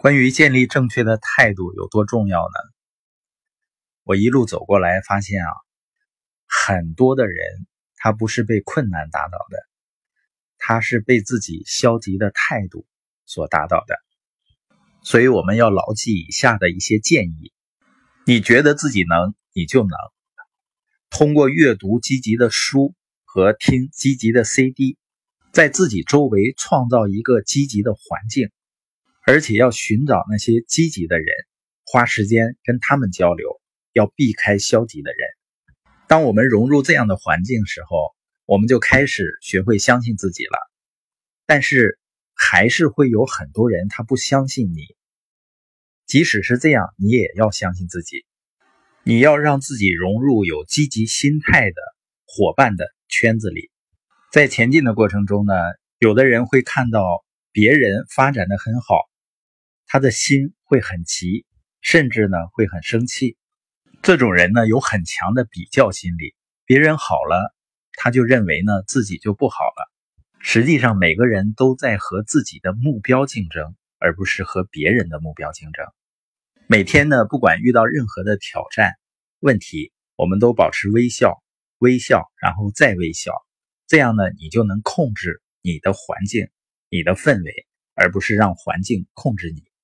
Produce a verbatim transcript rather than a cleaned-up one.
关于建立正确的态度有多重要呢？我一路走过来发现啊，很多的人他不是被困难打倒的，他是被自己消极的态度所打倒的。所以我们要牢记以下的一些建议。你觉得自己能，你就能。通过阅读积极的书和听积极的 C D， 在自己周围创造一个积极的环境，而且要寻找那些积极的人，花时间跟他们交流，要避开消极的人。当我们融入这样的环境时候，我们就开始学会相信自己了。但是还是会有很多人他不相信你，即使是这样，你也要相信自己。你要让自己融入有积极心态的伙伴的圈子里。在前进的过程中呢，有的人会看到别人发展得很好，他的心会很急，甚至呢会很生气。这种人呢有很强的比较心理，别人好了，他就认为呢自己就不好了。实际上每个人都在和自己的目标竞争，而不是和别人的目标竞争。每天呢，不管遇到任何的挑战、问题，我们都保持微笑，微笑，然后再微笑。这样呢，你就能控制你的环境、你的氛围，而不是让环境控制你。